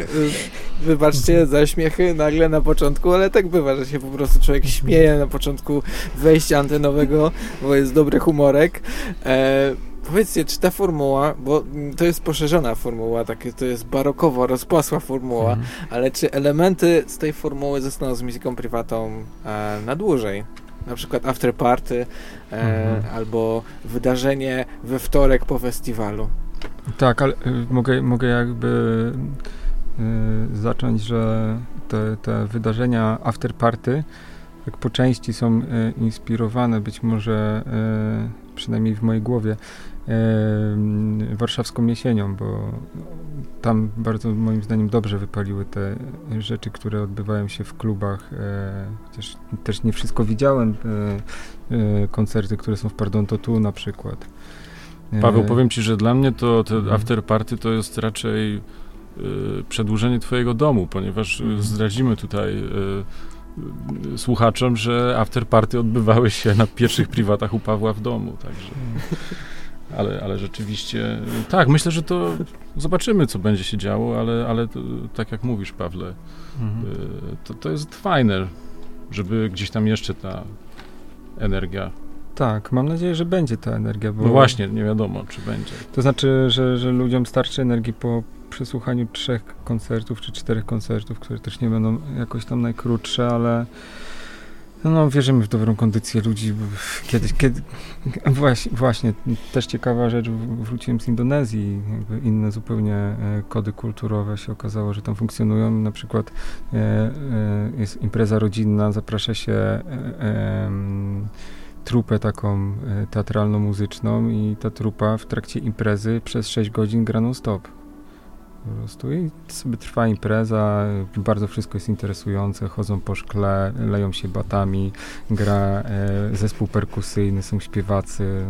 Wybaczcie za śmiechy nagle na początku, ale tak bywa, że się po prostu człowiek śmieje na początku wejścia antenowego, bo jest dobry humorek. E, powiedzcie, czy ta formuła, bo to jest poszerzona formuła, takie, to jest barokowo rozpłasła formuła, mhm. ale czy elementy z tej formuły zostaną z muzyką prywatą e, na dłużej? Na przykład after party e, mhm. albo wydarzenie we wtorek po festiwalu. Tak, ale y, mogę, mogę jakby y, zacząć, że te, te wydarzenia after party tak po części są y, inspirowane być może y, przynajmniej w mojej głowie y, warszawską jesienią, bo tam bardzo moim zdaniem dobrze wypaliły te rzeczy, które odbywają się w klubach, y, chociaż też nie wszystko widziałem, y, y, koncerty, które są w Pardon to Tu na przykład. Paweł, powiem ci, że dla mnie to te after party to jest raczej y, przedłużenie twojego domu, ponieważ y, zdradzimy tutaj y, y, słuchaczom, że after party odbywały się na pierwszych prywatach u Pawła w domu, także... Ale, ale rzeczywiście, tak, myślę, że to zobaczymy, co będzie się działo, ale, ale to, tak jak mówisz, Pawle, mhm. y, to, to jest fajne, żeby gdzieś tam jeszcze ta energia... Tak, mam nadzieję, że będzie ta energia. Bo no właśnie, nie wiadomo, czy będzie. To znaczy, że, że ludziom starczy energii po przesłuchaniu trzech koncertów, czy czterech koncertów, które też nie będą jakoś tam najkrótsze, ale no, no wierzymy w dobrą kondycję ludzi. Kiedyś, kiedy, właśnie, właśnie, też ciekawa rzecz, wróciłem z Indonezji, jakby inne zupełnie e, kody kulturowe się okazało, że tam funkcjonują. Na przykład e, e, jest impreza rodzinna, zaprasza się e, e, trupę taką e, teatralno-muzyczną i ta trupa w trakcie imprezy przez sześć godzin gra non-stop. Po prostu i sobie trwa impreza, bardzo wszystko jest interesujące, chodzą po szkle, leją się batami, gra e, zespół perkusyjny, są śpiewacy.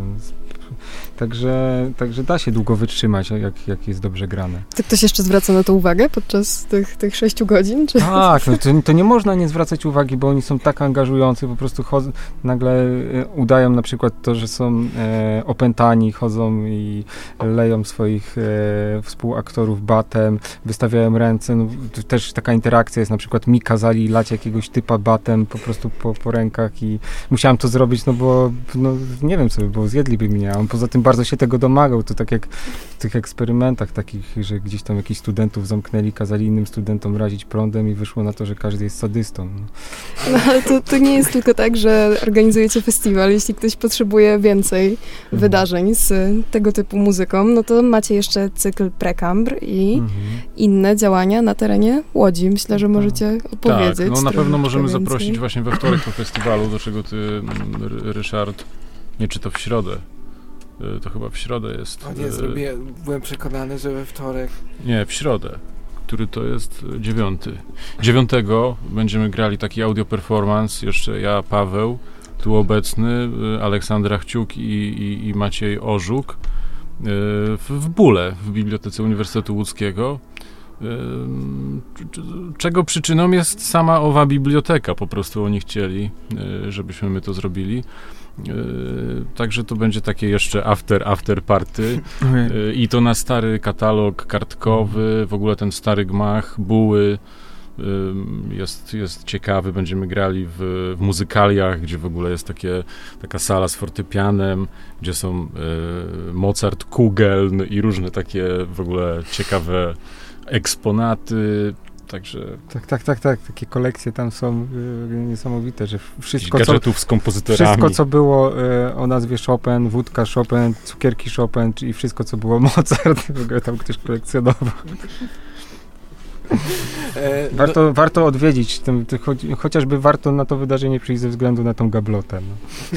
Także, także da się długo wytrzymać, jak, jak jest dobrze grane. To ktoś jeszcze zwraca na to uwagę podczas tych, tych sześciu godzin? Czy? Tak, no to, to nie można nie zwracać uwagi, bo oni są tak angażujący, po prostu chodzą, nagle e, udają na przykład to, że są e, opętani, chodzą i leją swoich e, współaktorów batem, wystawiają ręce, no, to też taka interakcja jest, na przykład mi kazali lać jakiegoś typa batem po prostu po, po rękach i musiałem to zrobić, no bo no, nie wiem co by było, zjedliby mnie, a on poza tym bardzo się tego domagał, to tak jak w tych eksperymentach takich, że gdzieś tam jakichś studentów zamknęli, kazali innym studentom razić prądem i wyszło na to, że każdy jest sadystą. No, no ale to, to nie jest tylko tak, że organizujecie festiwal, jeśli ktoś potrzebuje więcej mhm. wydarzeń z tego typu muzyką, no to macie jeszcze cykl Precambr i mhm. inne działania na terenie Łodzi. Myślę, że możecie opowiedzieć. Tak, no na pewno możemy więcej. zaprosić właśnie we wtorek po festiwalu, do czego ty, Ryszard, nie czy to w środę. To chyba w środę jest. O nie, zrobiłem, byłem przekonany, że we wtorek. Nie, w środę, który to jest dziewiąty. Dziewiątego będziemy grali taki audio performance, jeszcze ja, Paweł, tu obecny, Aleksandra Chciuk i, i, i Maciej Orzuk w, w Bóle, w Bibliotece Uniwersytetu Łódzkiego. Czego przyczyną jest sama owa biblioteka, po prostu oni chcieli, żebyśmy my to zrobili. Yy, także to będzie takie jeszcze after, after party yy, i to na stary katalog kartkowy, w ogóle ten stary gmach, Buły yy, jest, jest ciekawy, będziemy grali w, w muzykaliach, gdzie w ogóle jest takie, taka sala z fortepianem, gdzie są yy, Mozart, Kugeln i różne takie w ogóle ciekawe eksponaty. Także... Tak, tak, tak, tak. Takie kolekcje tam są y, niesamowite, że wszystko, gadżetów co, z kompozytorami. Wszystko, co było y, o nazwie Chopin, wódka Chopin, cukierki Chopin, czyli wszystko, co było Mozart, w ogóle tam ktoś kolekcjonował. E, warto, no... warto odwiedzić, ten, to, cho, chociażby warto na to wydarzenie przyjść ze względu na tą gablotę. No.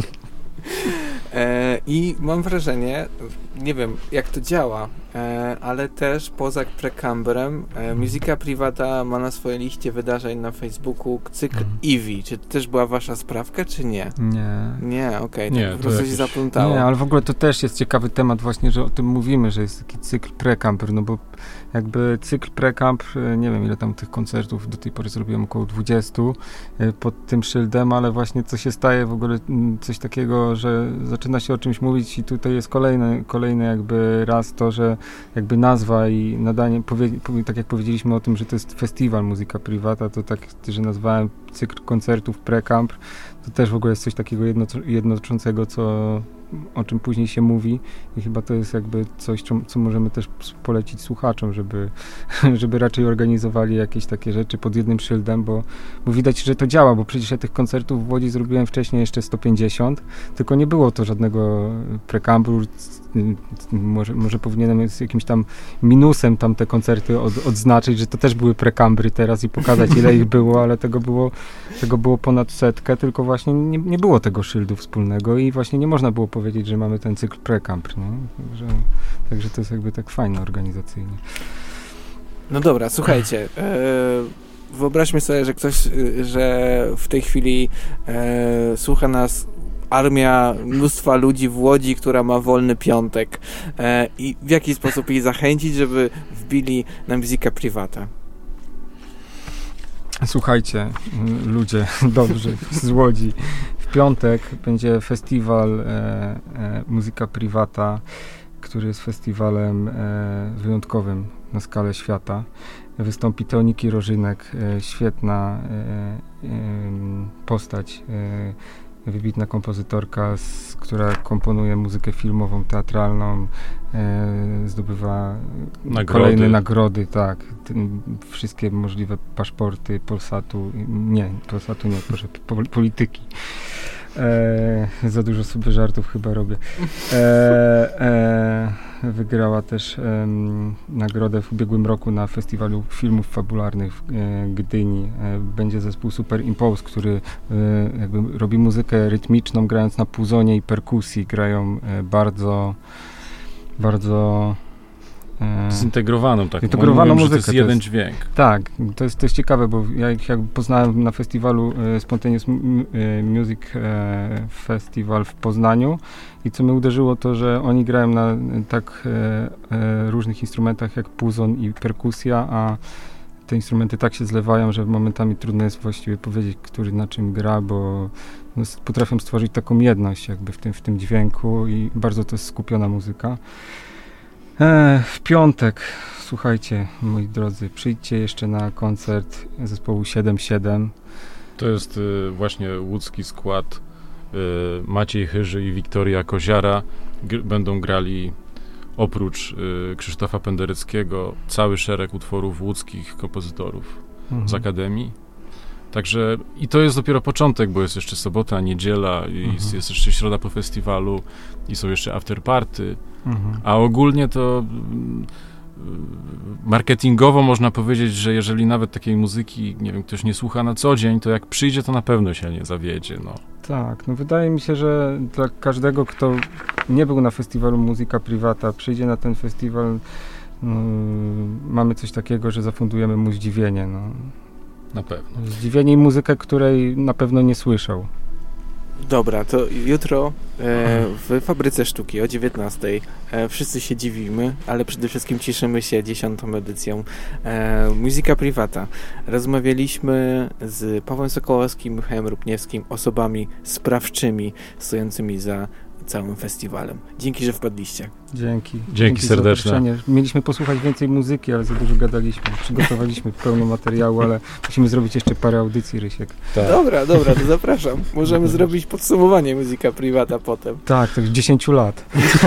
E, I mam wrażenie, nie wiem jak to działa, e, ale też poza Precambrem e, Muzyka Privata ma na swojej liście wydarzeń na Facebooku cykl mm. Eevee. Czy to też była wasza sprawka, czy nie? Nie. Nie, okej, okay, nie, to po prostu jakieś... się zaplątało. Nie, ale w ogóle to też jest ciekawy temat właśnie, że o tym mówimy, że jest taki cykl Precamber, no bo jakby cykl Precamp, nie wiem ile tam tych koncertów do tej pory zrobiłem, około dwudziestu pod tym szyldem, ale właśnie co się staje w ogóle coś takiego, że zaczyna się o czymś mówić i tutaj jest kolejny, kolejny jakby raz to, że jakby nazwa i nadanie, powie, tak jak powiedzieliśmy o tym, że to jest festiwal Muzyka Privata, to tak, że nazwałem cykl koncertów Precamp, to też w ogóle jest coś takiego jedno, jednoczącego, co, o czym później się mówi i chyba to jest jakby coś, co, co możemy też polecić słuchaczom, żeby, żeby raczej organizowali jakieś takie rzeczy pod jednym szyldem, bo, bo widać, że to działa, bo przecież ja tych koncertów w Łodzi zrobiłem wcześniej jeszcze sto pięćdziesiąt, tylko nie było to żadnego Precampu, może, może powinienem z jakimś tam minusem tam te koncerty od, odznaczyć, że to też były Precambry teraz i pokazać ile ich było, ale tego było, tego było ponad setkę, tylko właśnie nie, nie było tego szyldu wspólnego i właśnie nie można było powiedzieć, że mamy ten cykl Precamp, nie? Także, także to jest jakby tak fajne organizacyjnie. No dobra, słuchajcie, e, wyobraźmy sobie, że ktoś, że w tej chwili e, słucha nas armia mnóstwa ludzi w Łodzi, która ma wolny piątek e, i w jaki sposób jej zachęcić, żeby wbili na Muzyka Privata? Słuchajcie, ludzie dobrzy z Łodzi, w piątek będzie festiwal e, e, Muzyka Privata, który jest festiwalem e, wyjątkowym na skalę świata. Wystąpi Teoniki Rożynek, e, świetna e, e, postać, e, wybitna kompozytorka, z, która komponuje muzykę filmową, teatralną, e, zdobywa nagrody. Kolejne nagrody, tak. Ten, wszystkie możliwe paszporty Polsatu, nie, Polsatu nie, proszę, po, polityki. E, za dużo sobie żartów chyba robię. E, e, wygrała też e, nagrodę w ubiegłym roku na Festiwalu Filmów Fabularnych w e, Gdyni. E, będzie zespół Super Impulse, który e, jakby robi muzykę rytmiczną, grając na puzonie i perkusji. Grają e, bardzo, bardzo zintegrowaną taką. Zintegrowaną mówią, muzykę. To jest jeden dźwięk. Tak, to jest, to jest ciekawe, bo ja ich jak poznałem na festiwalu e, Spontaneous Music e, Festival w Poznaniu i co mnie uderzyło to, że oni grają na e, tak e, e, różnych instrumentach jak puzon i perkusja, a te instrumenty tak się zlewają, że momentami trudno jest właściwie powiedzieć, który na czym gra, bo no, potrafią stworzyć taką jedność jakby w tym, w tym dźwięku i bardzo to jest skupiona muzyka. E, w piątek, słuchajcie, moi drodzy, przyjdźcie jeszcze na koncert zespołu siedem siedem. To jest y, właśnie łódzki skład. Y, Maciej Chyży i Wiktoria Koziara g- będą grali oprócz y, Krzysztofa Pendereckiego cały szereg utworów łódzkich kompozytorów mhm. z Akademii. Także i to jest dopiero początek, bo jest jeszcze sobota, niedziela, i mhm. jest, jest jeszcze środa po festiwalu i są jeszcze afterparty. Mhm. A ogólnie to marketingowo można powiedzieć, że jeżeli nawet takiej muzyki, nie wiem, ktoś nie słucha na co dzień, to jak przyjdzie, to na pewno się nie zawiedzie, no. Tak, no wydaje mi się, że dla każdego, kto nie był na festiwalu Muzyka Privata, przyjdzie na ten festiwal, no, mamy coś takiego, że zafundujemy mu zdziwienie, no. Na pewno. Zdziwienie i muzykę, której na pewno nie słyszał. Dobra, to jutro e, w Fabryce Sztuki o dziewiętnastej e, wszyscy się dziwimy, ale przede wszystkim cieszymy się dziesiątą edycją e, Muzyka Privata. Rozmawialiśmy z Pawłem Sokołowskim, Michałem Rupniewskim, osobami sprawczymi stojącymi za całym festiwalem. Dzięki, że wpadliście. Dzięki. Dzięki, Dzięki serdeczne. Mieliśmy posłuchać więcej muzyki, ale za dużo gadaliśmy. Przygotowaliśmy pełno materiału, ale musimy zrobić jeszcze parę audycji, Rysiek. Tak. Dobra, dobra, to zapraszam. Możemy zrobić podsumowanie Muzyka Privata potem. Tak, to już dziesięć lat.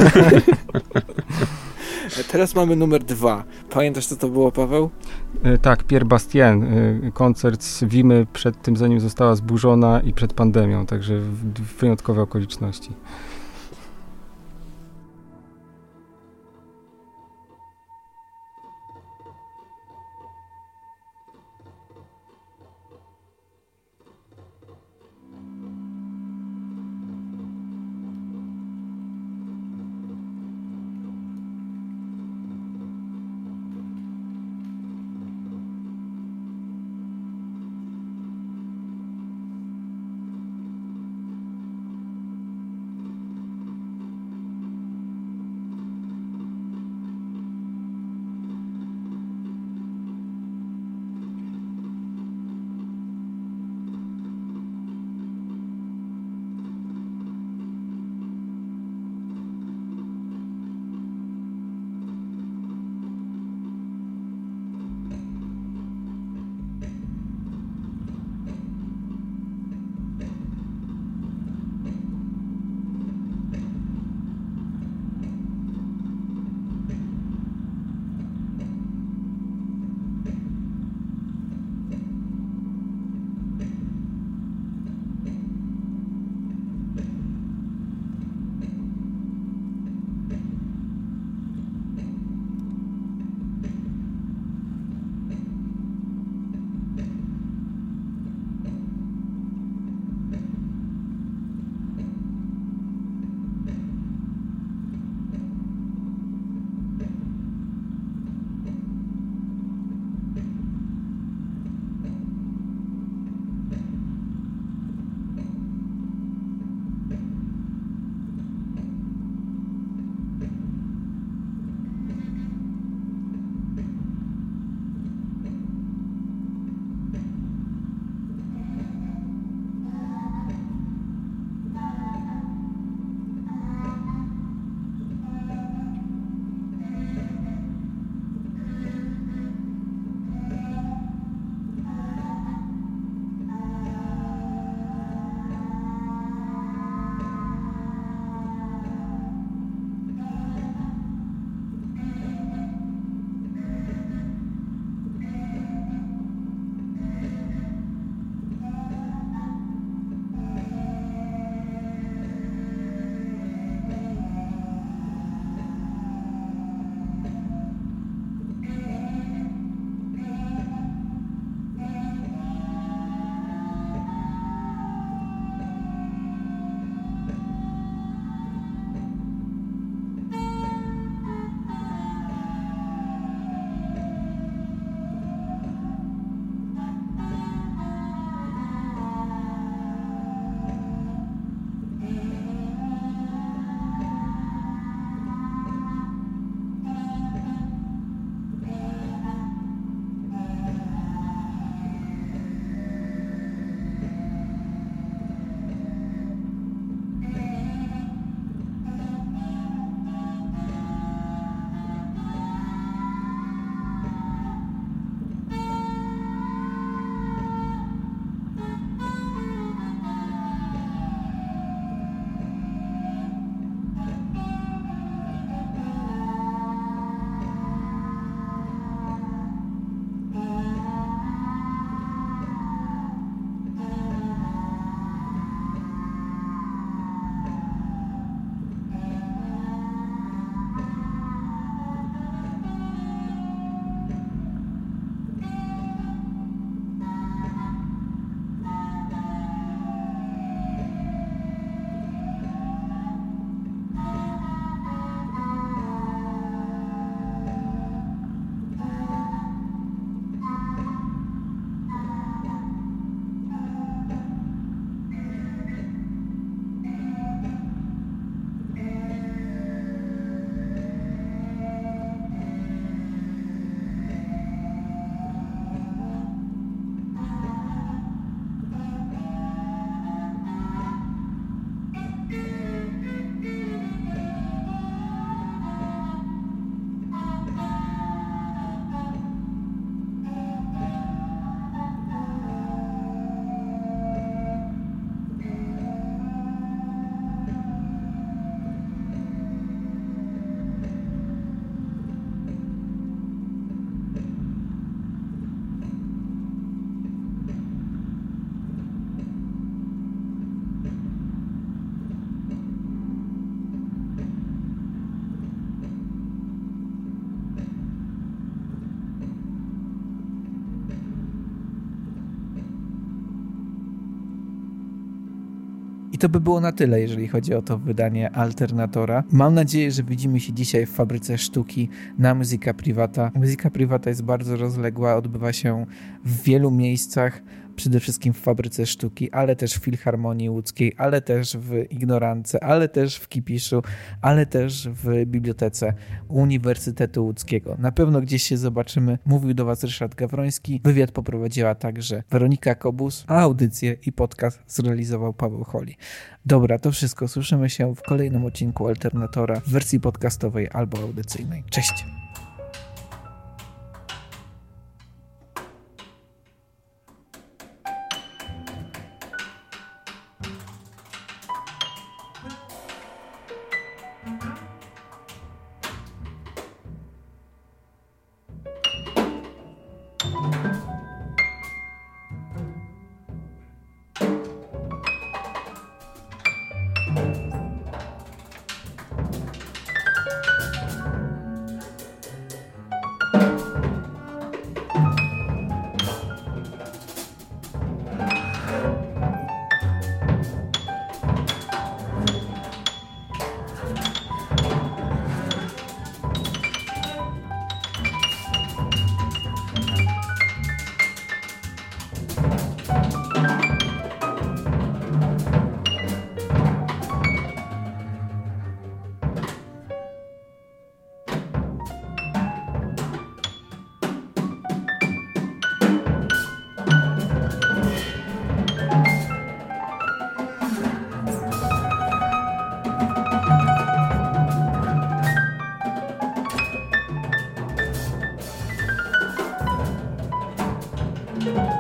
Teraz mamy numer dwa. Pamiętasz, co to było, Paweł? E, tak, Pierre Bastien. E, koncert z Wimy przed tym, zanim została zburzona i przed pandemią, także w, w wyjątkowe okoliczności. to by było na tyle, jeżeli chodzi o to wydanie Alternatora. Mam nadzieję, że widzimy się dzisiaj w Fabryce Sztuki na Musica Privata. Musica Privata jest bardzo rozległa, odbywa się w wielu miejscach, przede wszystkim w Fabryce Sztuki, ale też w Filharmonii Łódzkiej, ale też w Ignorance, ale też w Kipiszu, ale też w Bibliotece Uniwersytetu Łódzkiego. Na pewno gdzieś się zobaczymy. Mówił do Was Ryszard Gawroński. Wywiad poprowadziła także Weronika Kobus, a audycję i podcast zrealizował Paweł Holi. Dobra, to wszystko. Słyszymy się w kolejnym odcinku Alternatora w wersji podcastowej albo audycyjnej. Cześć! Thank you.